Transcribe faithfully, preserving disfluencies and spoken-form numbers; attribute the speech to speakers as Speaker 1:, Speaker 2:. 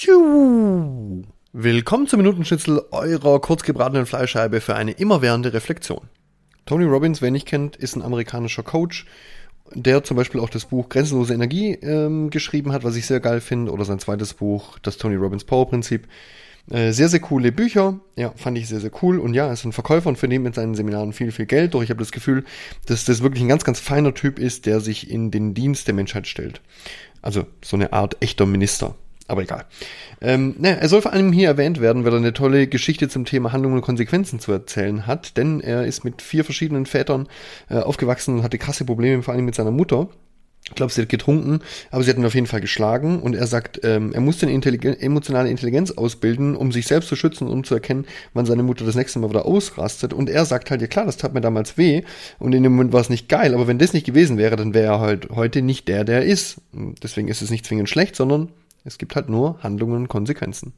Speaker 1: Tschu. Willkommen zum Minutenschnitzel eurer kurzgebratenen Fleischscheibe für eine immerwährende Reflexion. Tony Robbins, wer ihn nicht kennt, ist ein amerikanischer Coach, der zum Beispiel auch das Buch Grenzenlose Energie ähm, geschrieben hat, was ich sehr geil finde, oder sein zweites Buch, das Tony Robbins Power Prinzip. Äh, sehr, sehr coole Bücher, ja, fand ich sehr, sehr cool. Und ja, er ist ein Verkäufer und verdient mit seinen Seminaren viel, viel Geld. Doch ich habe das Gefühl, dass das wirklich ein ganz, ganz feiner Typ ist, der sich in den Dienst der Menschheit stellt. Also so eine Art echter Minister. Aber egal. Ähm, ne, er soll vor allem hier erwähnt werden, weil er eine tolle Geschichte zum Thema Handlungen und Konsequenzen zu erzählen hat. Denn er ist mit vier verschiedenen Vätern äh, aufgewachsen und hatte krasse Probleme, vor allem mit seiner Mutter. Ich glaube, sie hat getrunken, aber sie hat ihn auf jeden Fall geschlagen. Und er sagt, ähm, er musste eine Intelligen- emotionale Intelligenz ausbilden, um sich selbst zu schützen und um zu erkennen, wann seine Mutter das nächste Mal wieder ausrastet. Und er sagt halt, ja klar, das tat mir damals weh. Und in dem Moment war es nicht geil. Aber wenn das nicht gewesen wäre, dann wäre er halt heute nicht der, der er ist. Und deswegen ist es nicht zwingend schlecht, sondern es gibt halt nur Handlungen und Konsequenzen.